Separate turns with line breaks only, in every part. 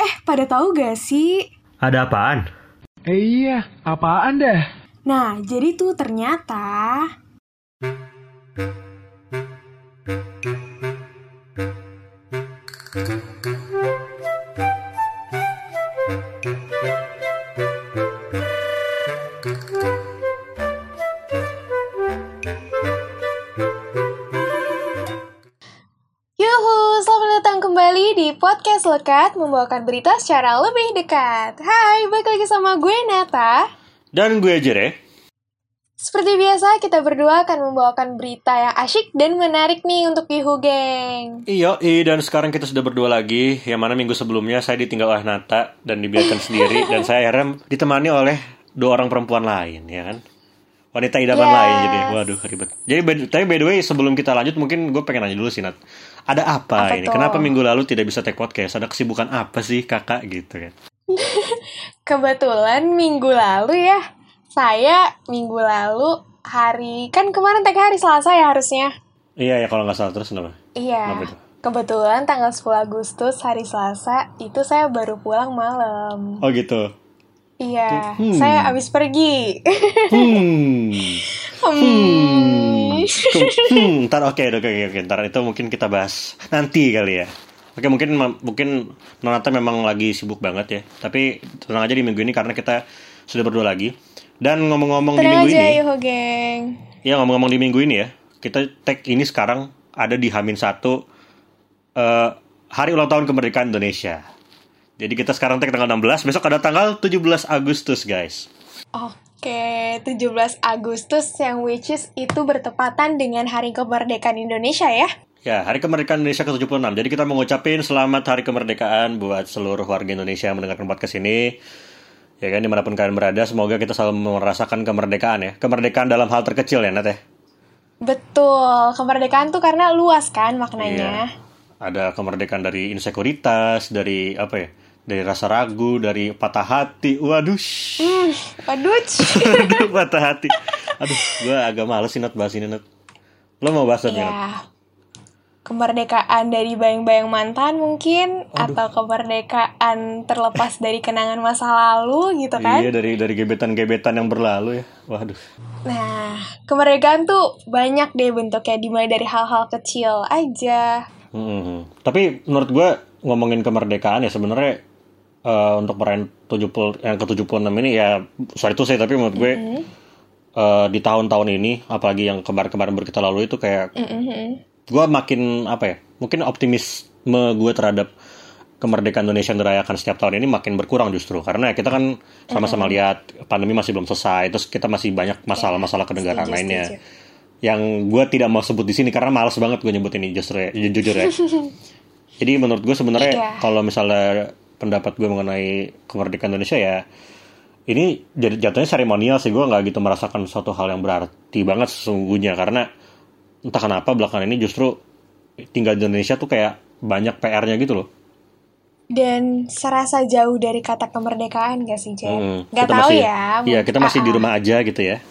Pada tahu gak sih?
Ada apaan?
Iya, apaan dah?
Nah, jadi tuh ternyata Yuhu, selamat datang kembali di Podcast Lekat, membawakan berita secara lebih dekat. Hai, balik lagi sama gue Nata.
Dan gue Jere.
Seperti biasa, kita berdua akan membawakan berita yang asyik dan menarik nih untuk Yuhu Geng.
Iya, dan sekarang kita sudah berdua lagi. Yang mana minggu sebelumnya saya ditinggal oleh Nata dan dibiarkan sendiri. Dan saya akhirnya ditemani oleh dua orang perempuan lain, ya kan? Wanita idaman lain, jadi waduh ribet. Jadi tapi by the way, sebelum kita lanjut mungkin gue pengen nanya dulu sih, Nat. Ada apa ini?
Tuh?
Kenapa minggu lalu tidak bisa take podcast? Ada kesibukan apa sih kakak gitu kan?
Kebetulan minggu lalu ya, saya minggu lalu kan kemarin tag hari Selasa ya harusnya.
Iya ya, kalau nggak salah. Terus kenapa?
Iya, kebetulan tanggal 10 Agustus hari Selasa itu saya baru pulang malam.
Oh gitu.
Iya, saya abis pergi.
Ntar oke, ntar itu mungkin kita bahas nanti kali ya. Oke, mungkin Nonata memang lagi sibuk banget ya. Tapi tenang aja di minggu ini karena kita sudah berdua lagi. Dan ngomong-ngomong di minggu ini.
Tenang aja Yuhu Geng.
Ya ngomong-ngomong di minggu ini ya, kita tag ini sekarang ada di H-1 hari ulang tahun kemerdekaan Indonesia. Jadi kita sekarang tag tanggal 16, besok ada tanggal 17 Agustus guys.
Oke, 17 Agustus yang which is itu bertepatan dengan Hari Kemerdekaan Indonesia ya?
Ya, Hari Kemerdekaan Indonesia ke-76. Jadi kita mau ngucapin selamat Hari Kemerdekaan buat seluruh warga Indonesia yang mendengarkan podcast ini. Ya kan, dimanapun kalian berada, semoga kita selalu merasakan kemerdekaan ya. Kemerdekaan dalam hal terkecil ya, Nat ya?
Betul, kemerdekaan tuh karena luas kan maknanya.
Iya. Ada kemerdekaan dari insekuritas, dari apa ya? Dari rasa ragu, dari patah hati. Waduh. Aduh, patah hati. Aduh, gue agak males sih Nat bahas ini, Nat. Lo mau bahas apa, Nat?
Kemerdekaan dari bayang-bayang mantan mungkin. Atau kemerdekaan terlepas dari kenangan masa lalu gitu kan.
Iya, dari gebetan-gebetan yang berlalu ya. Waduh.
Nah, kemerdekaan tuh banyak deh bentuknya, dimulai dari hal-hal kecil aja.
Tapi menurut gue ngomongin kemerdekaan ya sebenarnya untuk perayaan yang ke-76 ini ya sorry tuh saya, tapi menurut gue di tahun-tahun ini apalagi yang kemarin-kemarin kita lalu itu kayak gue makin apa ya, mungkin optimisme gue terhadap kemerdekaan Indonesia yang dirayakan setiap tahun ini makin berkurang justru karena kita kan sama-sama lihat pandemi masih belum selesai, terus kita masih banyak masalah-masalah kenegaraan lainnya yang gue tidak mau sebut di sini karena malas banget gue nyebut ini justru ya, jujur ya. Jadi menurut gue sebenarnya kalau misalnya pendapat gue mengenai kemerdekaan Indonesia ya ini jatuhnya seremonial sih, gue nggak gitu merasakan suatu hal yang berarti banget sesungguhnya karena entah kenapa belakangan ini justru tinggal di Indonesia tuh kayak banyak PR-nya gitu loh.
Dan serasa jauh dari kata kemerdekaan gak sih, Jen? Gak tahu ya.
Iya, kita masih di rumah aja gitu ya.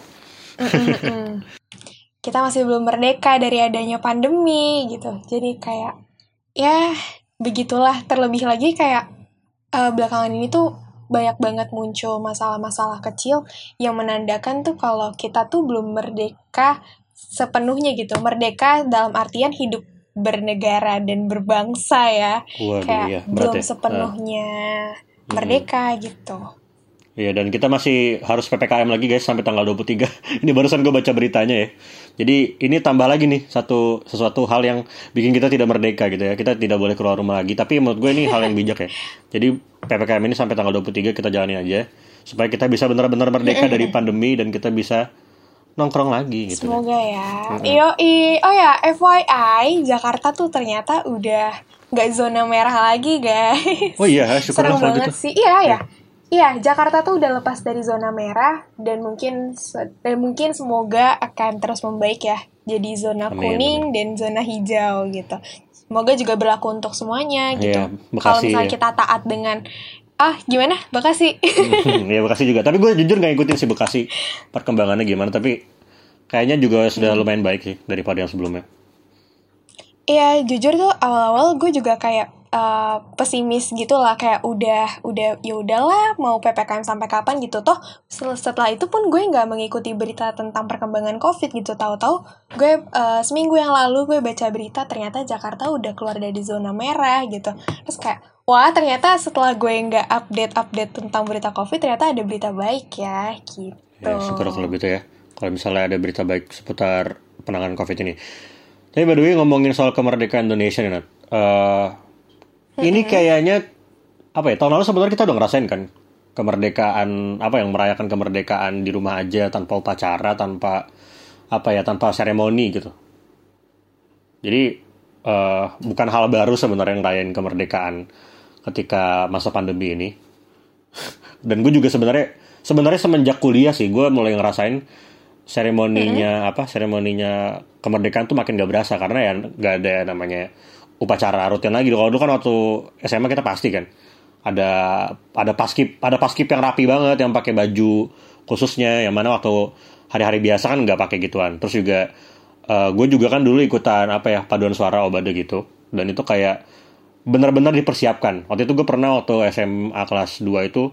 Kita masih belum merdeka dari adanya pandemi gitu. Jadi kayak ya begitulah. Terlebih lagi kayak belakangan ini tuh banyak banget muncul masalah-masalah kecil yang menandakan tuh kalau kita tuh belum merdeka sepenuhnya gitu. Merdeka dalam artian hidup bernegara dan berbangsa ya.
Waduh,
kayak
iya,
belum
ya.
Sepenuhnya merdeka gitu.
Iya, dan kita masih harus PPKM lagi guys sampai tanggal 23. Ini barusan gue baca beritanya ya. Jadi ini tambah lagi nih sesuatu hal yang bikin kita tidak merdeka gitu ya. Kita tidak boleh keluar rumah lagi. Tapi menurut gue ini hal yang bijak ya. Jadi PPKM ini sampai tanggal 23 kita jalani aja supaya kita bisa benar-benar merdeka dari pandemi dan kita bisa nongkrong lagi gitu.
Semoga ya. Oh ya, FYI, Jakarta tuh ternyata udah gak zona merah lagi guys.
Oh iya, syukurlah
kalau gitu. Sih. Iya, Jakarta tuh udah lepas dari zona merah dan mungkin semoga akan terus membaik ya. Jadi zona kuning dan zona hijau gitu. Semoga juga berlaku untuk semuanya gitu. Kalau misalnya kita taat dengan gimana? Bekasi.
Ya Bekasi juga. Tapi gue jujur gak ngikutin si Bekasi perkembangannya gimana. Tapi kayaknya juga sudah lumayan baik sih daripada yang sebelumnya.
Iya, jujur tuh awal-awal gue juga kayak pesimis gitu lah, kayak udah ya udahlah mau PPKM sampai kapan gitu. Toh setelah itu pun gue nggak mengikuti berita tentang perkembangan COVID gitu. Tahu-tahu gue seminggu yang lalu gue baca berita ternyata Jakarta udah keluar dari zona merah gitu. Terus kayak wah, ternyata setelah gue nggak update tentang berita COVID, ternyata ada berita baik ya, gitu.
Ya, syukur kalau gitu ya. Kalau misalnya ada berita baik seputar penanganan COVID ini. Tapi by the way, ngomongin soal kemerdekaan Indonesia nih, Nat. Ini kayaknya, apa ya, tahun lalu sebenarnya kita udah ngerasain kan kemerdekaan, yang merayakan kemerdekaan di rumah aja, tanpa upacara, tanpa seremoni gitu. Jadi, bukan hal baru sebenarnya ngerayain kemerdekaan ketika masa pandemi ini. Dan gue juga sebenarnya semenjak kuliah sih gue mulai ngerasain seremoninya kemerdekaan tuh makin gak berasa, karena ya gak ada namanya upacara rutin lagi. Kalau dulu kan waktu SMA kita pasti kan ada paskib yang rapi banget, yang pakai baju khususnya, yang mana waktu hari-hari biasa kan nggak pakai gituan. Terus juga gue juga kan dulu ikutan paduan suara Obade gitu, dan itu kayak benar-benar dipersiapkan. Waktu itu gue pernah waktu SMA kelas 2 itu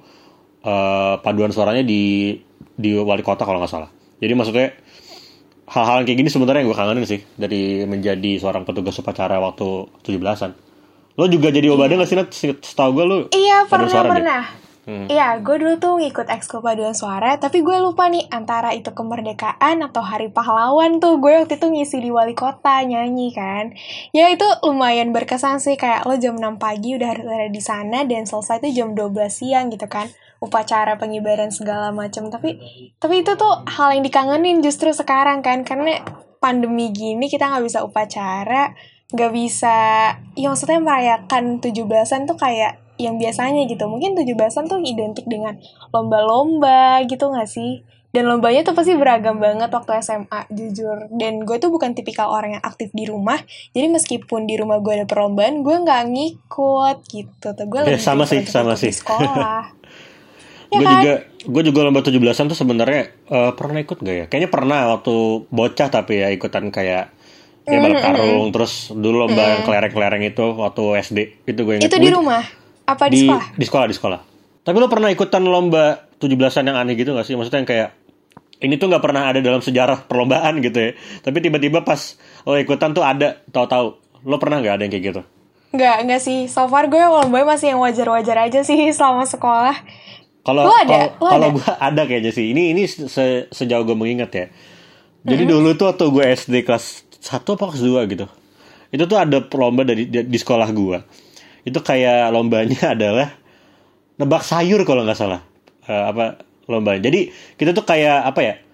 paduan suaranya di wali kota kalau nggak salah. Jadi maksudnya hal-hal kayak gini sebenarnya yang gue kangenin sih dari menjadi seorang petugas upacara waktu 17-an. Lo juga jadi Obade nggak sih, Nat? Setahu gue lo
Iya,
paduan suara
pernah. Iya, gue dulu tuh ngikut ekskul paduan suara, tapi gue lupa nih antara itu kemerdekaan atau hari pahlawan tuh. Gue waktu itu ngisi di wali kota, nyanyi kan. Ya itu lumayan berkesan sih, kayak lo jam 6 pagi udah harus ada di sana dan selesai tuh jam 12 siang gitu kan. Upacara pengibaran segala macam. Tapi itu tuh hal yang dikangenin justru sekarang kan, karena pandemi gini kita nggak bisa upacara, nggak bisa, ya maksudnya merayakan 17-an tuh kayak yang biasanya gitu. Mungkin 17-an tuh identik dengan lomba-lomba gitu gak sih? Dan lombanya tuh pasti beragam banget waktu SMA, jujur. Dan gue tuh bukan tipikal orang yang aktif di rumah, jadi meskipun di rumah gue ada perlombaan, gue gak ngikut gitu. Tuh gue lebih
sama sih
di sekolah. Ya
gue juga lomba 17-an tuh sebenarnya pernah ikut gak ya? Kayaknya pernah waktu bocah, tapi ya ikutan kayak balap karung. Terus dulu lomba yang kelereng-kelereng itu waktu SD, itu gue inget.
Itu di rumah? Apa di sekolah?
Di sekolah. Tapi lo pernah ikutan lomba 17-an yang aneh gitu gak sih? Maksudnya yang kayak ini tuh gak pernah ada dalam sejarah perlombaan gitu ya, tapi tiba-tiba pas lo ikutan tuh ada, tahu-tahu. Lo pernah gak ada yang kayak gitu?
Enggak sih. So far gue lomba masih yang wajar-wajar aja sih selama sekolah.
Kalau gue ada kayaknya sih. Ini sejauh gue mengingat ya. Jadi dulu tuh waktu gue SD kelas 1 apa kelas 2 gitu, itu tuh ada lomba di sekolah gue. Itu kayak lombanya adalah nebak sayur kalau nggak salah. Lombanya. Jadi kita tuh kayak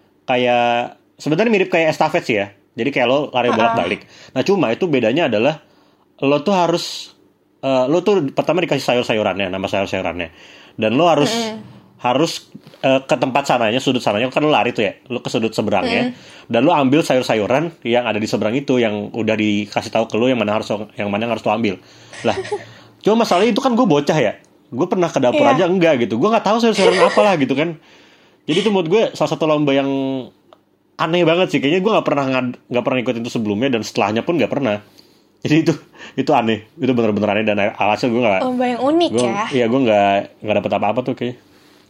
kayak sebenarnya mirip kayak estafet sih ya. Jadi kayak lo lari bolak-balik. Nah cuma itu bedanya adalah lo tuh harus lo tuh pertama dikasih sayur-sayurannya, nama sayur-sayurannya, dan lo harus ke tempat sananya, sudut sananya, kan lo lari tuh ya, lo ke sudut seberangnya, dan lo ambil sayur-sayuran yang ada di seberang itu, yang udah dikasih tahu ke lo yang mana yang harus lo ambil. Lah, cuma masalahnya itu kan gue bocah ya, gue pernah ke dapur aja enggak gitu, gue nggak tahu sayur-sayuran apa lah gitu kan. Jadi itu menurut gue salah satu lomba yang aneh banget sih, kayaknya gue nggak pernah ikutin itu sebelumnya, dan setelahnya pun nggak pernah. Jadi itu aneh, itu bener-bener aneh, dan alhasil gue nggak.
Lomba yang unik ya.
Iya, gue nggak dapet apa-apa tuh kayaknya.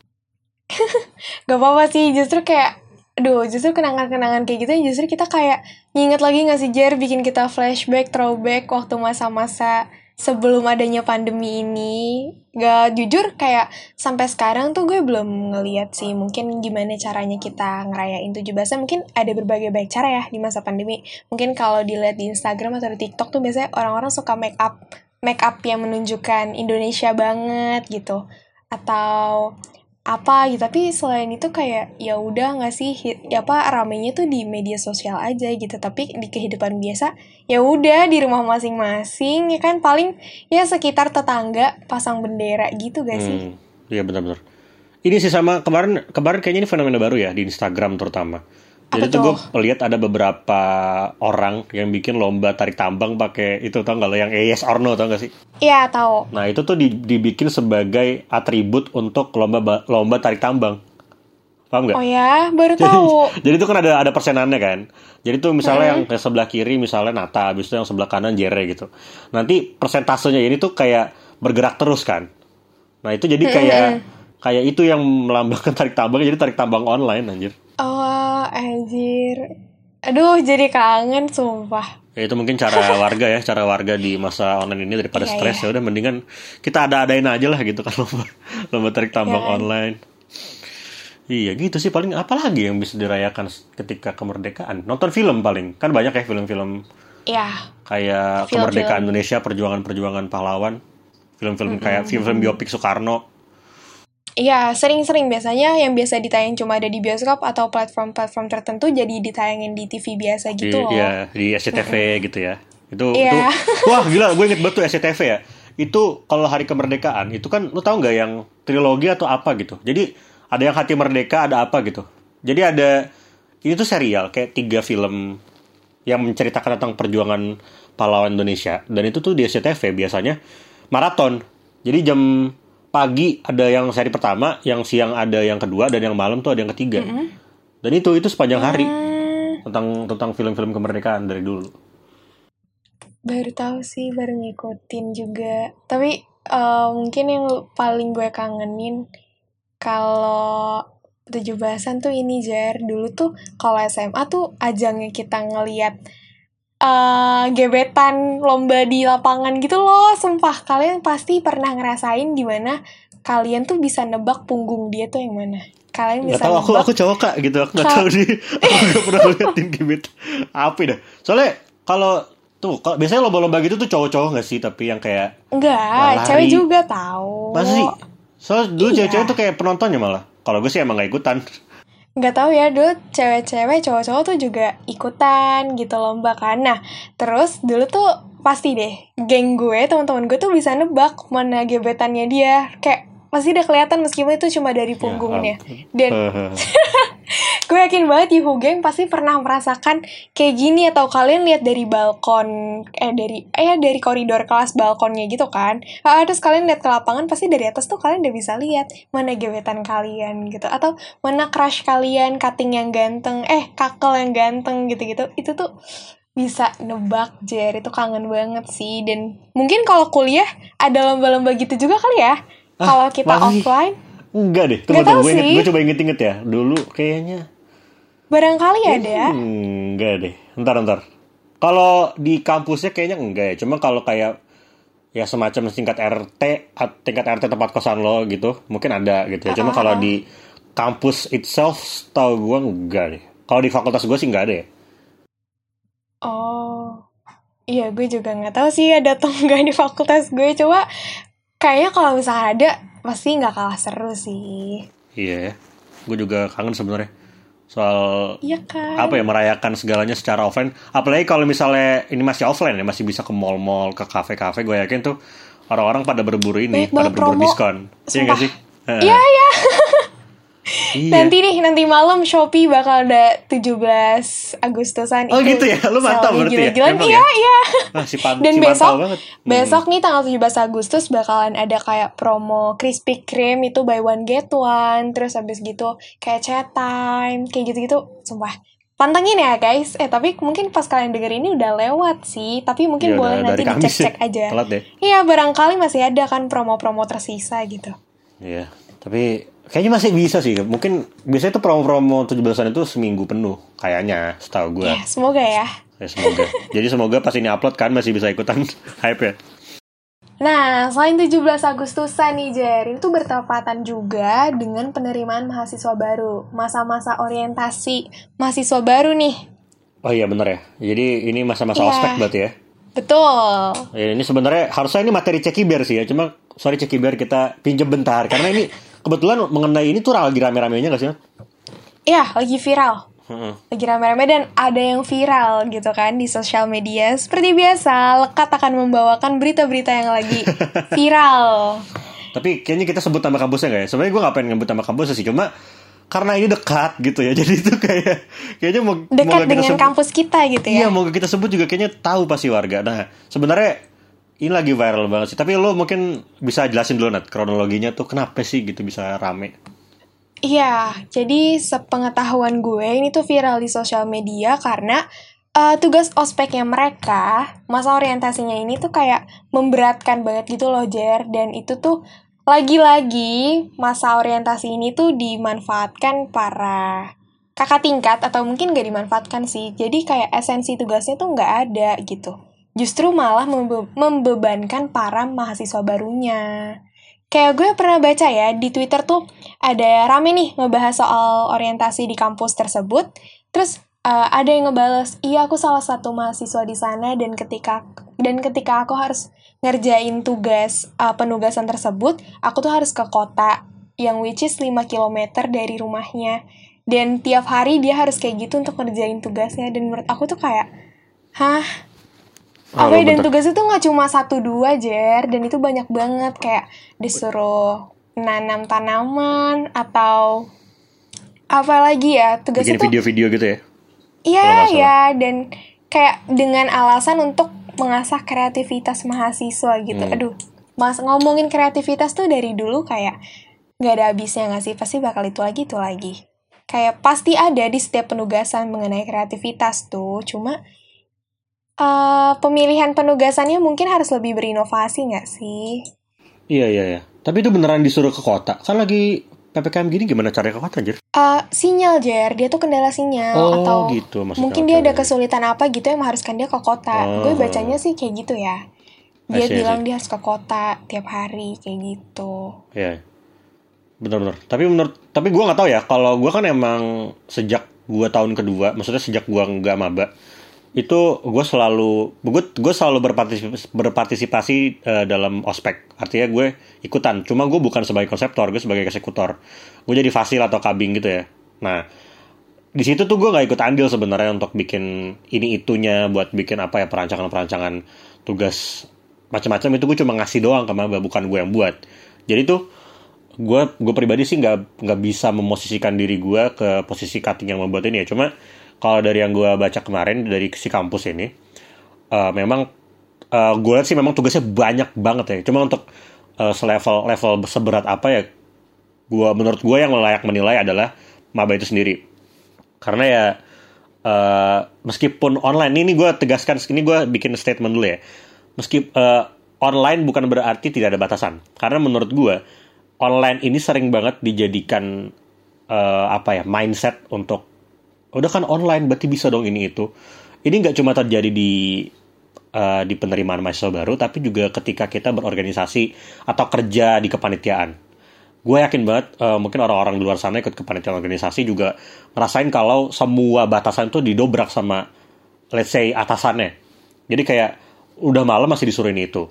Gak apa-apa sih, justru kayak justru kenangan-kenangan kayak gitu justru kita kayak nginget lagi gak sih, Jer, bikin kita flashback, throwback waktu masa-masa sebelum adanya pandemi ini. Gak, jujur kayak sampai sekarang tuh gue belum ngeliat sih mungkin gimana caranya kita ngerayain 17-an. Mungkin ada berbagai baik cara ya di masa pandemi. Mungkin kalau dilihat di Instagram atau di TikTok tuh biasanya orang-orang suka make up yang menunjukkan Indonesia banget gitu, atau apa gitu. Tapi selain itu kayak ya udah nggak sih, ramenya tuh di media sosial aja gitu. Tapi di kehidupan biasa ya udah di rumah masing-masing ya kan, paling ya sekitar tetangga pasang bendera gitu gak sih?
Iya benar-benar. Ini sih sama kemarin kayaknya ini fenomena baru ya di Instagram terutama. Jadi tuh gue lihat ada beberapa orang yang bikin lomba tarik tambang pakai itu, tau nggak lo, yang yes or no, tau nggak sih?
Iya tahu.
Nah itu tuh dibikin sebagai atribut untuk lomba tarik tambang. Paham nggak?
Oh ya, baru tahu.
Jadi itu kan ada persenannya kan. Jadi tuh misalnya yang sebelah kiri misalnya Nata, habis itu yang sebelah kanan Jere gitu. Nanti persentasenya ini tuh kayak bergerak terus kan. Nah itu jadi kayak itu yang melambangkan tarik tambang, jadi tarik tambang online anjir.
Oh, anjir. Aduh, jadi kangen sumpah.
Ya itu mungkin cara warga di masa online ini daripada stres ya udah mendingan kita adain aja lah gitu kan lomba tarik tambang online. Iya gitu sih paling apalagi yang bisa dirayakan ketika kemerdekaan. Nonton film paling. Kan banyak ya film-film.
Iya.
Kayak kemerdekaan Indonesia, perjuangan-perjuangan pahlawan. Film-film kayak film biopik Soekarno.
Iya, sering-sering biasanya yang biasa ditayang cuma ada di bioskop atau platform-platform tertentu jadi ditayangin di TV biasa gitu loh.
Iya, di SCTV gitu ya. Itu wah gila, gue inget banget tuh SCTV ya. Itu kalau hari kemerdekaan itu kan lu tahu nggak yang trilogi atau apa gitu. Jadi ada yang Hati Merdeka, ada apa gitu. Jadi ada, ini tuh serial, kayak 3 film yang menceritakan tentang perjuangan pahlawan Indonesia. Dan itu tuh di SCTV biasanya maraton. Jadi jam pagi ada yang seri pertama, yang siang ada yang kedua, dan yang malam tuh ada yang ketiga. Dan itu sepanjang hari. Tentang film-film kemerdekaan dari dulu.
Baru tahu sih, baru ngikutin juga. Tapi mungkin yang paling gue kangenin kalau 17-an tuh ini Jer, dulu tuh kalau SMA tuh ajangnya kita ngeliat gebetan lomba di lapangan gitu loh. Sumpah kalian pasti pernah ngerasain dimana kalian tuh bisa nebak punggung dia tuh yang mana. Kalian bisa
nebak. Gak tau, aku cowok kak gitu, aku gak tau nih. Aku gak pernah liatin gebet apa dah. Soalnya kalau biasanya lomba-lomba gitu tuh cowok-cowok gak sih? Tapi yang kayak
enggak, cewek juga tahu.
Masa sih? Soalnya dulu cewek-cewek tuh kayak penontonnya malah. Kalau gue sih emang gak ikutan.
Nggak tahu ya, dulu cewek-cewek, cowok-cowok tuh juga ikutan gitu lomba kan. Nah, terus dulu tuh pasti deh, geng gue, teman-teman gue tuh bisa nebak mana gebetannya dia. Kayak pasti udah kelihatan meskipun itu cuma dari punggungnya. Dan gue yakin banget Yuhu Geng pasti pernah merasakan kayak gini, atau kalian lihat dari balkon dari koridor kelas balkonnya gitu kan. Terus kalian lihat ke lapangan, pasti dari atas tuh kalian udah bisa lihat mana gebetan kalian gitu, atau mana crush kalian, cutting yang ganteng, kakel yang ganteng gitu-gitu. Itu tuh bisa nebak Jer, itu kangen banget sih. Dan mungkin kalau kuliah ada lomba-lomba gitu juga kali ya. Kalau kita offline
enggak deh, tunggu gue coba inget-inget ya. Dulu kayaknya
barangkali ada.
Enggak deh. Ntar. Kalau di kampusnya kayaknya enggak ya. Cuma kalau kayak ya semacam tingkat RT tempat kosan lo gitu, mungkin ada gitu ya. Cuma kalau di kampus itself tahu gue enggak deh. Kalau di fakultas gue sih enggak ada ya.
Oh. Iya, gue juga enggak tahu sih ada atau enggak di fakultas gue. Coba kayaknya kalau misalnya ada pasti nggak kalah seru sih.
Iya, gue juga kangen sebenarnya soal
kan?
apa ya, merayakan segalanya secara offline. Apalagi kalau misalnya ini masih offline ya, masih bisa ke mall-mall, ke kafe-kafe. Gue yakin tuh orang-orang pada berburu ini, pada berburu diskon. Iya nggak sih?
Iya. Iya. Nanti malam Shopee bakal ada 17 Agustusan.
Oh gitu ya, lu mantap berarti
gila-gilaan. Ya? Iya. Dan besok nih tanggal 17 Agustus bakalan ada kayak promo Krispy Kreme itu buy one get one. Terus habis gitu kayak chat time, kayak gitu-gitu. Sumpah, pantengin ya guys. Tapi mungkin pas kalian denger ini udah lewat sih. Tapi mungkin boleh nanti dicek-cek aja. Iya, barangkali masih ada kan promo-promo tersisa gitu.
Iya, tapi kayaknya masih bisa sih. Mungkin biasanya tuh promo-promo 17-an itu seminggu penuh kayaknya, setahu gue.
Ya, semoga ya.
Semoga. Jadi semoga pas ini upload kan masih bisa ikutan hype ya.
Nah, selain 17 Agustusan nih Jer, itu bertepatan juga dengan penerimaan mahasiswa baru. Masa-masa orientasi mahasiswa baru nih.
Oh iya bener ya. Jadi ini masa-masa ospek berarti ya.
Betul.
Ya, ini sebenarnya harusnya ini materi Cekiber sih ya. Cuma sorry Cekiber, kita pinjem bentar karena ini kebetulan mengenai ini tuh lagi rame-ramenya gak sih?
Iya, lagi viral. Lagi rame-rame dan ada yang viral gitu kan di sosial media. Seperti biasa, Lekat akan membawakan berita-berita yang lagi viral.
Tapi kayaknya kita sebut nama kampusnya gak ya? Sebenarnya gue gak pengen nyebut nama kampusnya sih. Cuma karena ini dekat gitu ya. Jadi itu kayaknya
dekat dengan kampus kita gitu ya.
Iya, mau kita sebut juga kayaknya tahu pasti warga. Nah, sebenarnya ini lagi viral banget sih. Tapi lo mungkin bisa jelasin dulu Nat, kronologinya tuh kenapa sih gitu bisa rame?
Iya, jadi sepengetahuan gue ini tuh viral di sosial media karena tugas ospeknya mereka, masa orientasinya ini tuh kayak memberatkan banget gitu loh, Jer. Dan itu tuh lagi-lagi masa orientasi ini tuh dimanfaatkan para kakak tingkat atau mungkin gak dimanfaatkan sih. Jadi kayak esensi tugasnya tuh nggak ada gitu. Justru malah membebankan para mahasiswa barunya. Kayak gue pernah baca ya, di Twitter tuh ada rame nih ngebahas soal orientasi di kampus tersebut. Terus ada yang ngebales, iya aku salah satu mahasiswa di sana dan ketika aku harus ngerjain tugas penugasan tersebut, aku tuh harus ke kota yang which is 5 kilometer dari rumahnya. Dan tiap hari dia harus kayak gitu untuk ngerjain tugasnya. Dan menurut aku tuh kayak, hah?
Ah,
Apa
lo
ya, dan
bentar.
tugas itu nggak cuma 1-2 Jer, dan itu banyak banget kayak disuruh nanam tanaman atau apa lagi ya tugasnya
Bikin
tuh
video-video gitu ya, kalau
iya
nggak salah.
ya, dan kayak dengan alasan untuk mengasah kreativitas mahasiswa gitu. Aduh, mas ngomongin kreativitas tuh dari dulu kayak nggak ada habisnya nggak sih, pasti bakal itu lagi kayak pasti ada di setiap penugasan mengenai kreativitas tuh, cuma pemilihan penugasannya mungkin harus lebih berinovasi nggak sih?
Iya, iya, iya. Tapi itu beneran disuruh ke kota. Kan lagi PPKM gini gimana caranya ke kota, anjir?
Sinyal, Jer. Dia tuh kendala sinyal.
Oh,
Atau
gitu maksudnya.
mungkin
Oke,
dia
oke,
ada
oke.
kesulitan apa gitu yang mengharuskan dia ke kota. Gue
Oh,
bacanya sih kayak gitu ya.
I
Dia
see, I see.
bilang dia harus ke kota tiap hari, kayak gitu.
Iya, bener-bener. Tapi gue nggak tahu ya. Kalau gue kan emang sejak gue tahun kedua, maksudnya sejak gue nggak maba, itu gue selalu berpartisipasi dalam ospek. Artinya gue ikutan. Cuma gue bukan sebagai konseptor, gue sebagai eksekutor. Gue jadi fasil atau kabing gitu ya. Nah, di situ tuh gue nggak ikut andil sebenarnya untuk bikin ini itunya, buat bikin apa ya, perancangan tugas macam-macam. Itu gue cuma ngasih doang ke maba, bukan gue yang buat. Jadi tuh gue pribadi sih nggak bisa memosisikan diri gue ke posisi cutting yang membuat ini ya. Cuma kalau dari yang gue baca kemarin dari si kampus ini, memang gue lihat sih memang tugasnya banyak banget ya. Cuma untuk level seberat apa ya, menurut gue yang layak menilai adalah maba itu sendiri. Karena ya meskipun online, ini gue tegaskan, ini gue bikin statement dulu ya. Online bukan berarti tidak ada batasan. Karena menurut gue online ini sering banget dijadikan apa ya, mindset untuk udah kan online berarti bisa dong ini itu. Ini nggak cuma terjadi di penerimaan mahasiswa baru, tapi juga ketika kita berorganisasi atau kerja di kepanitiaan. Gue yakin banget mungkin orang-orang di luar sana ikut kepanitiaan organisasi juga ngerasain kalau semua batasan itu didobrak sama let's say atasannya. Jadi kayak udah malam masih disuruh ini itu.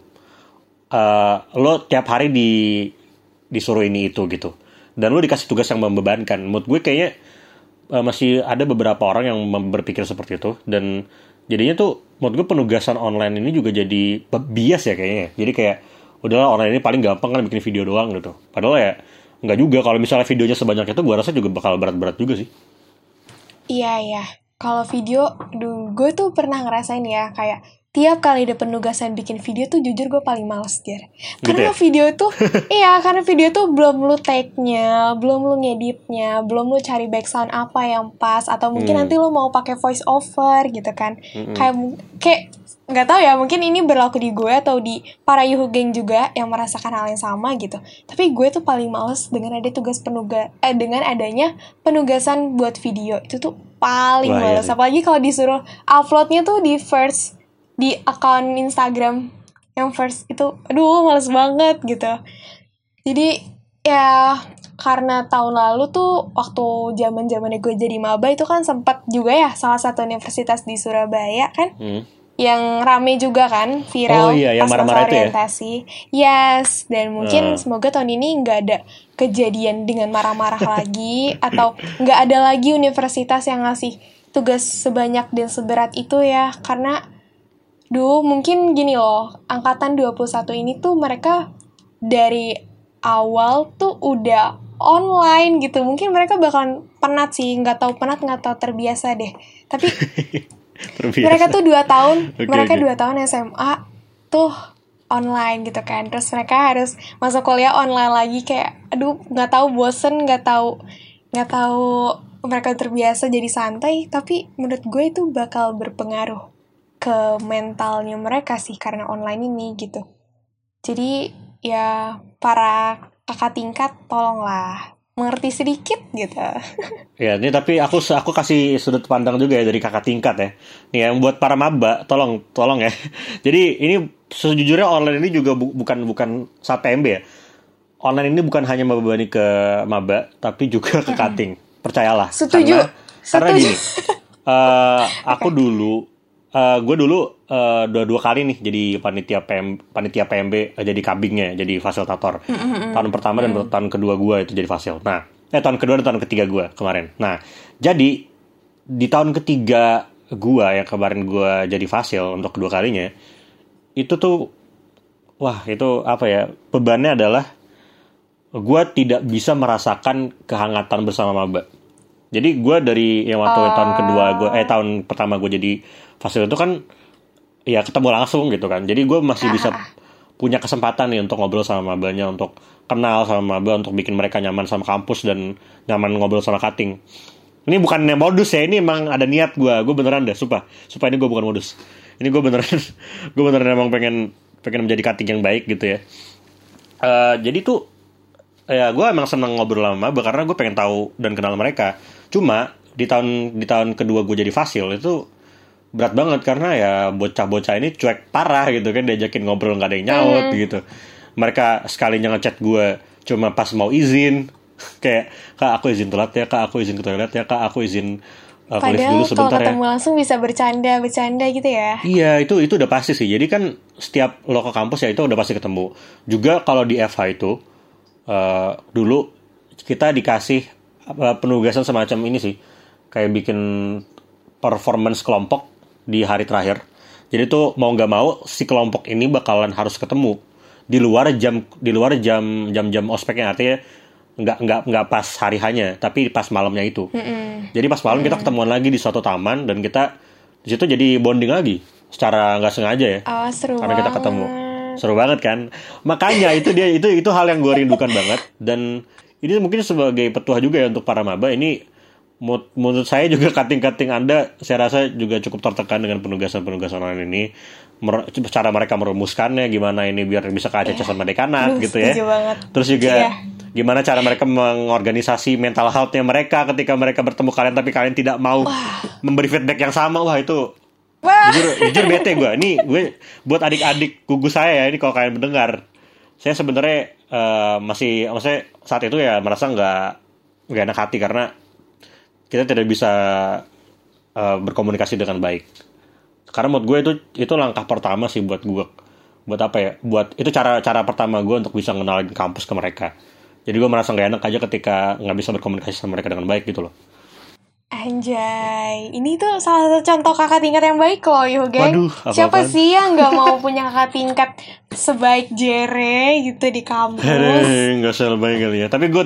Lo tiap hari disuruh ini itu gitu. Dan lo dikasih tugas yang membebankan. Menurut gue kayaknya masih ada beberapa orang yang berpikir seperti itu. Dan jadinya tuh menurut gue penugasan online ini juga jadi bias ya kayaknya. Jadi kayak udahlah, online ini paling gampang kan bikin video doang gitu. Padahal ya nggak juga. Kalau misalnya videonya sebanyak itu, gue rasa juga bakal berat-berat juga sih.
Iya, iya. Kalau video, gue tuh pernah ngerasain ya, kayak tiap kali ada penugasan bikin video tuh jujur gue paling males, Jer.
Gitu
Karena
ya.
video tuh, iya, karena video tuh belum lu take-nya, belum lu ngeditnya, belum lu cari background apa yang pas, atau mungkin nanti lu mau pakai voice over gitu kan. Kayak nggak tahu ya, mungkin ini berlaku di gue atau di para Yuhu Geng juga yang merasakan hal yang sama gitu. Tapi gue tuh paling males dengan dengan adanya penugasan buat video itu tuh paling
Wah, iya
males.
sih.
Apalagi kalau disuruh uploadnya tuh di akun Instagram yang first itu, aduh males banget gitu. Jadi ya karena tahun lalu tuh waktu zamannya gue jadi maba itu kan sempat juga ya salah satu universitas di Surabaya kan yang rame juga kan
Oh
viral
iya, yang
pas masa
marah-marah itu ya.
orientasi. Yes, dan mungkin semoga tahun ini nggak ada kejadian dengan marah-marah lagi atau nggak ada lagi universitas yang ngasih tugas sebanyak dan seberat itu ya. Karena mungkin gini loh, angkatan 21 ini tuh mereka dari awal tuh udah online gitu. Mungkin mereka bakalan penat sih, nggak tahu terbiasa deh. Tapi
Terbiasa.
mereka tuh 2 tahun,
Oke,
mereka
oke.
2 tahun SMA tuh online gitu kan. Terus mereka harus masuk kuliah online lagi, kayak aduh nggak tahu, bosen, nggak tahu mereka terbiasa jadi santai. Tapi menurut gue itu bakal berpengaruh ke mentalnya mereka sih karena online ini gitu. Jadi ya para kakak tingkat tolonglah mengerti sedikit gitu.
Ya, ini tapi aku kasih sudut pandang juga ya dari kakak tingkat ya. Nih yang buat para maba, tolong ya. Jadi ini sejujurnya online ini juga bukan saat PMB ya. Online ini bukan hanya membebani ke maba, tapi juga ke cutting. Percayalah.
Setuju.
Karena gini, gue dulu dua kali nih jadi panitia PMB, jadi kabingnya, jadi fasilitator. Tahun pertama dan tahun kedua gue itu jadi fasil. Nah, tahun kedua dan tahun ketiga gue kemarin. Nah, jadi di tahun ketiga gue yang kemarin gue jadi fasil untuk kedua kalinya, itu tuh, wah itu apa ya, bebannya adalah gue tidak bisa merasakan kehangatan bersama maba. Jadi gue dari yang waktu tahun pertama gue jadi fasil itu kan ya ketemu langsung gitu kan. Jadi gue masih bisa punya kesempatan nih untuk ngobrol sama mabanya, untuk kenal sama maba, untuk bikin mereka nyaman sama kampus dan nyaman ngobrol sama cutting. Ini bukan modus ya, ini emang ada niat gue beneran deh, sumpah ini gue bukan modus. Ini gue beneran emang pengen menjadi cutting yang baik gitu ya. Jadi tuh ya gue emang seneng ngobrol sama maba karena gue pengen tahu dan kenal mereka. Cuma di tahun kedua gue jadi fasil itu berat banget karena ya bocah-bocah ini cuek parah gitu kan, diajakin ngobrol nggak ada yang nyaut gitu. Mereka sekalinya ngechat gue cuma pas mau izin, kayak kak aku izin telat ya, kak aku izin ke toilet ya, kak aku izin kulis dulu sebentar ya.
Padahal kalau ketemu langsung bisa bercanda gitu ya.
Iya, itu udah pasti sih. Jadi kan setiap lo ke kampus ya itu udah pasti ketemu. Juga kalau di FH itu dulu kita dikasih penugasan semacam ini sih, kayak bikin performance kelompok di hari terakhir. Jadi tuh mau nggak mau si kelompok ini bakalan harus ketemu di luar jam ospeknya, artinya nggak pas hari hanya, tapi pas malamnya itu. Jadi pas malam kita ketemuan lagi di suatu taman dan kita di situ jadi bonding lagi secara nggak sengaja ya.
Seru
karena kita
banget.
ketemu. Seru banget kan? Makanya itu hal yang gue rindukan banget, dan ini mungkin sebagai petuah juga ya untuk para maba. Ini menurut saya juga cutting Anda saya rasa juga cukup tertekan dengan penugasan online ini. Cara mereka merumuskannya gimana ini biar bisa ke ACC sama dekanat gitu ya.
Banget.
Terus juga gimana cara mereka mengorganisasi mental health-nya mereka ketika mereka bertemu kalian tapi kalian tidak mau memberi feedback yang sama. Wah itu jujur bete gue. Ini gue buat adik-adik gugus saya ya, ini kalau kalian mendengar, saya sebenarnya maksudnya saat itu ya merasa nggak enak hati karena kita tidak bisa berkomunikasi dengan baik. Karena menurut gue itu langkah pertama sih buat gue, buat apa ya, buat itu cara pertama gue untuk bisa ngenalin kampus ke mereka. Jadi gue merasa nggak enak aja ketika nggak bisa berkomunikasi sama mereka dengan baik gitu loh.
Anjay, ini tuh salah satu contoh kakak tingkat yang baik loh, yo geng.
Waduh,
siapa sih yang nggak mau punya kakak tingkat sebaik Jere gitu di kampus?
Nggak usah lebay kali ya. Tapi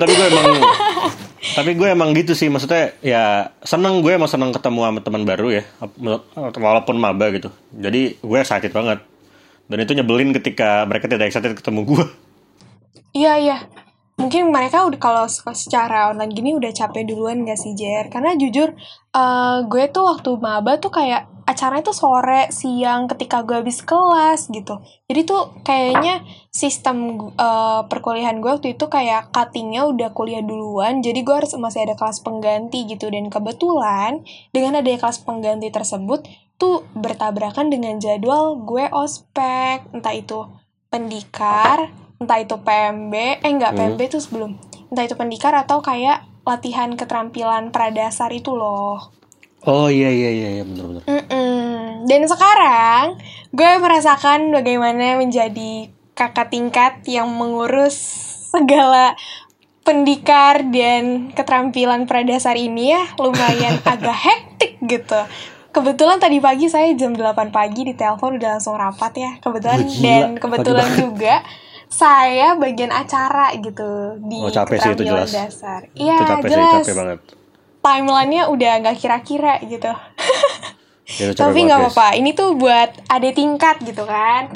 gue emang gitu sih, maksudnya ya gue emang seneng ketemu sama teman baru ya, walaupun maba gitu. Jadi gue excited banget, dan itu nyebelin ketika mereka tidak excited ketemu gue.
Iya. Mungkin mereka udah kalau secara online gini udah capek duluan gak sih, Jer? Karena jujur, gue tuh waktu maba tuh kayak acaranya tuh sore, siang, ketika gue habis kelas gitu. Jadi tuh kayaknya sistem perkuliahan gue waktu itu kayak cuttingnya udah kuliah duluan, jadi gue harus masih ada kelas pengganti gitu. Dan kebetulan dengan adanya kelas pengganti tersebut tuh bertabrakan dengan jadwal gue ospek, entah itu pendikar, entah itu PMB, PMB itu sebelum, entah itu pendikar atau kayak latihan keterampilan pradasar itu loh.
Oh iya benar.
Dan sekarang gue merasakan bagaimana menjadi kakak tingkat yang mengurus segala pendikar dan keterampilan pradasar ini ya, lumayan agak hektik gitu. Kebetulan tadi pagi saya jam 8 pagi ditelepon udah langsung rapat ya. Kebetulan juga saya bagian acara gitu di keterampilan dasar. Iya, jelas.
Capek banget.
Timeline-nya udah nggak kira-kira gitu. Tapi nggak apa-apa. Ini tuh buat adik tingkat gitu kan.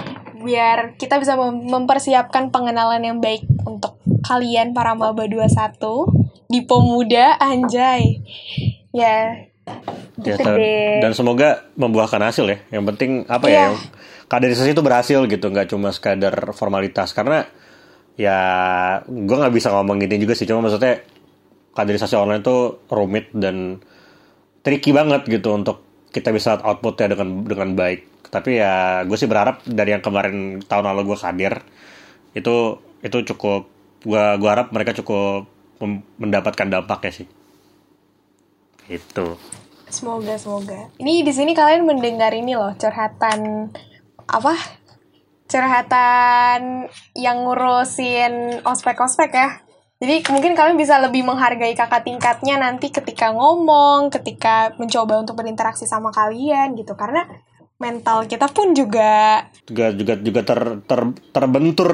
biar kita bisa mempersiapkan pengenalan yang baik untuk kalian para maba 21 di Pemuda, anjay. Ya, gitu deh.
Dan semoga membuahkan hasil ya. Yang penting apa ya? Yang kaderisasi itu berhasil gitu, nggak cuma sekadar formalitas. Karena ya gue nggak bisa ngomong gini juga sih. Cuma maksudnya kaderisasi online itu rumit dan tricky banget gitu untuk kita bisa outputnya dengan baik. Tapi ya gue sih berharap dari yang kemarin tahun lalu gue kadir itu cukup. Gue harap mereka cukup mendapatkan dampaknya sih. Itu.
Semoga. Ini di sini kalian mendengar ini loh, curhatan yang ngurusin ospek ya. Jadi mungkin kalian bisa lebih menghargai kakak tingkatnya nanti ketika ngomong, ketika mencoba untuk berinteraksi sama kalian gitu. Karena mental kita pun juga
terbentur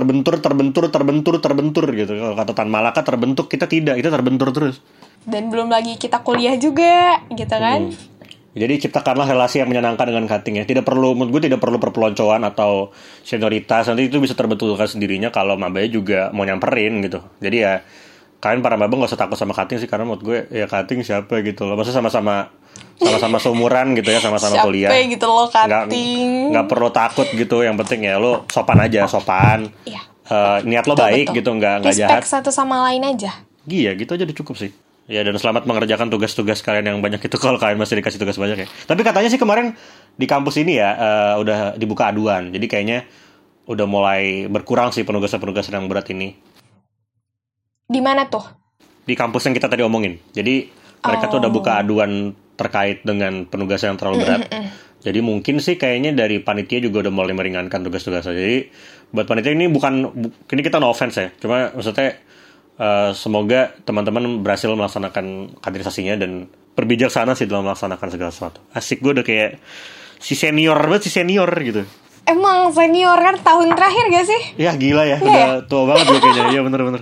gitu. Kalau kata Tan Malaka terbentuk, kita tidak, kita terbentur terus.
Dan belum lagi kita kuliah juga gitu kan.
Jadi ciptakanlah relasi yang menyenangkan dengan cutting ya. Menurut gue tidak perlu perpeloncoan atau senioritas. Nanti itu bisa terbetulkan sendirinya kalau mabanya juga mau nyamperin gitu. Jadi ya kalian para maba gak usah takut sama cutting sih. Karena menurut gue ya cutting siapa gitu loh. Maksudnya sama-sama seumuran gitu ya. Sama-sama kuliah.
Siapa gitu loh cutting.
Gak perlu takut gitu. Yang penting ya lo sopan aja.
Iya.
Niat lo baik gitu. Gak jahat.
Respect satu sama lain aja.
Iya gitu aja udah cukup sih. Ya dan selamat mengerjakan tugas-tugas kalian yang banyak itu kalau kalian masih dikasih tugas banyak ya. Tapi katanya sih kemarin di kampus ini ya udah dibuka aduan. Jadi kayaknya udah mulai berkurang sih penugasan-penugasan yang berat ini.
Di mana tuh?
Di kampus yang kita tadi omongin. Jadi mereka tuh udah buka aduan terkait dengan penugasan yang terlalu berat. Jadi mungkin sih kayaknya dari panitia juga udah mulai meringankan tugas-tugasnya. Jadi buat panitia ini ini kita no offense ya. Cuma maksudnya semoga teman-teman berhasil melaksanakan kaderisasinya dan berbijaksana sih dalam melaksanakan segala sesuatu. Asik, gue udah kayak si senior gitu.
Emang senior kan tahun terakhir gak sih?
Ya gila ya, udah tua banget gue kayaknya. Iya bener.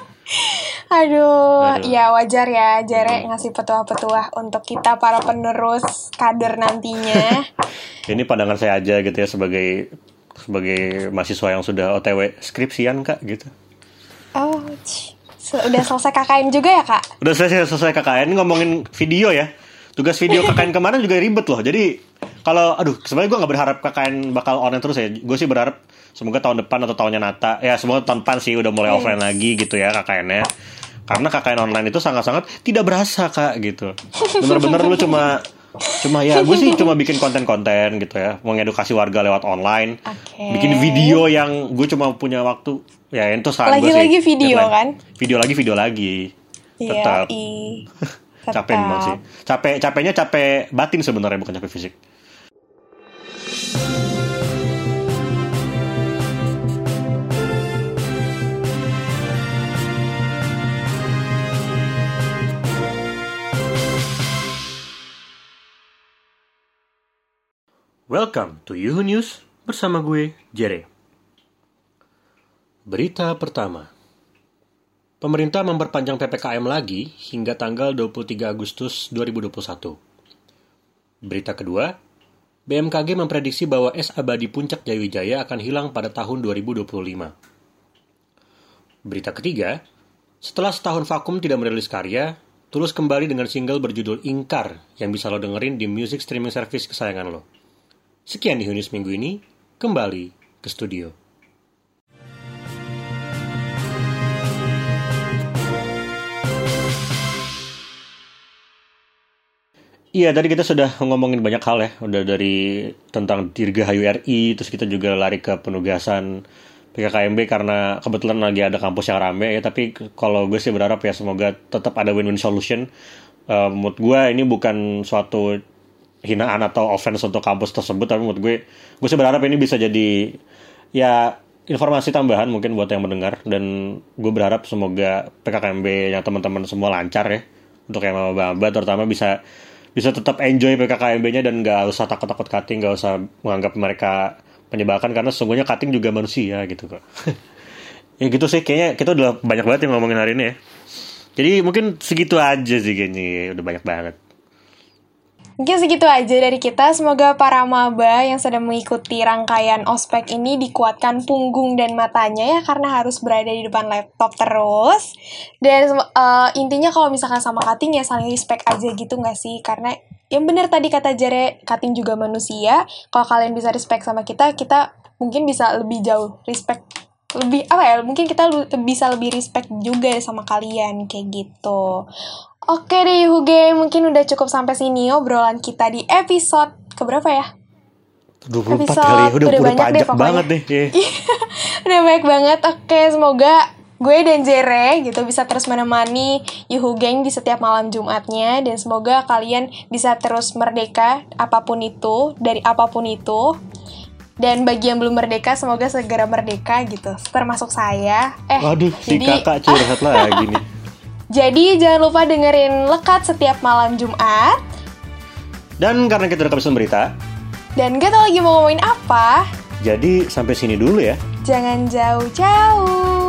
Aduh, ya wajar ya Jere ngasih petua-petua untuk kita para penerus kader nantinya.
Ini pandangan saya aja gitu ya sebagai mahasiswa yang sudah OTW skripsian kak gitu.
Oh, udah selesai KKN juga ya kak?
Udah selesai KKN. Ngomongin video ya, tugas video KKN kemarin juga ribet loh. Jadi kalau sebenarnya gue nggak berharap KKN bakal online terus ya. Gue sih berharap semoga tahun depan atau tahunnya Nata ya, semoga tahun depan sih udah mulai offline lagi gitu ya KKN-nya. Karena KKN online itu sangat-sangat tidak berasa kak gitu. Bener-bener lu cuma ya gue sih cuma bikin konten-konten gitu ya, mengedukasi warga lewat online. Bikin video yang gue cuma punya waktu ya itu saat gue sih
lagi video deadline. Kan
video lagi
tetap
capek memang sih, capeknya capek batin sebenarnya, bukan capek fisik. Welcome to Yuhu News bersama gue, Jere. Berita pertama. Pemerintah memperpanjang PPKM lagi hingga tanggal 23 Agustus 2021. Berita kedua. BMKG memprediksi bahwa es abadi Puncak Jayawijaya akan hilang pada tahun 2025. Berita ketiga. Setelah setahun vakum tidak merilis karya, Tulus kembali dengan single berjudul Ingkar yang bisa lo dengerin di music streaming service kesayangan lo. Sekian di Hunis minggu ini, kembali ke studio. Iya, tadi kita sudah ngomongin banyak hal ya. Udah dari tentang Dirgahayu RI, terus kita juga lari ke penugasan PKKMB karena kebetulan lagi ada kampus yang rame ya. Tapi kalau gue sih berharap ya semoga tetap ada win-win solution. Menurut gue ini bukan suatu hinaan atau offense untuk kampus tersebut, tapi menurut gue sih berharap ini bisa jadi ya informasi tambahan mungkin buat yang mendengar. Dan gue berharap semoga PKKMB yang teman-teman semua lancar ya. Untuk yang maba-maba terutama bisa tetap enjoy PKKMB-nya dan gak usah takut-takut cutting, gak usah menganggap mereka menyebalkan karena sesungguhnya cutting juga manusia gitu kok. Ya gitu sih, kayaknya kita udah banyak banget yang ngomongin hari ini ya. Jadi mungkin segitu aja sih kayaknya, udah banyak banget.
Mungkin segitu aja dari kita. Semoga para maba yang sedang mengikuti rangkaian ospek ini dikuatkan punggung dan matanya ya, karena harus berada di depan laptop terus. Dan intinya kalau misalkan sama cutting ya saling respect aja gitu gak sih? Karena yang benar tadi kata Jere, cutting juga manusia. Kalau kalian bisa respect sama kita mungkin bisa lebih jauh respect, lebih mungkin kita bisa lebih respect juga sama kalian kayak gitu. Oke deh Huge, mungkin udah cukup sampai sini obrolan kita di episode keberapa ya?
24
episode
kali ya, udah
banyak
pajak
deh,
banget deh.
Udah banyak banget. Oke, semoga gue dan Jere gitu bisa terus menemani Yuhu Gang di setiap malam Jumatnya, dan semoga kalian bisa terus merdeka apapun itu, dari apapun itu. Dan bagi yang belum merdeka, semoga segera merdeka gitu, termasuk saya.
Waduh, si kakak curhat lagi nih.
Jadi jangan lupa dengerin Lekat setiap malam Jumat.
Dan karena kita udah kehabisan berita
dan gak tau lagi mau ngomongin apa,
jadi sampai sini dulu ya.
Jangan jauh-jauh.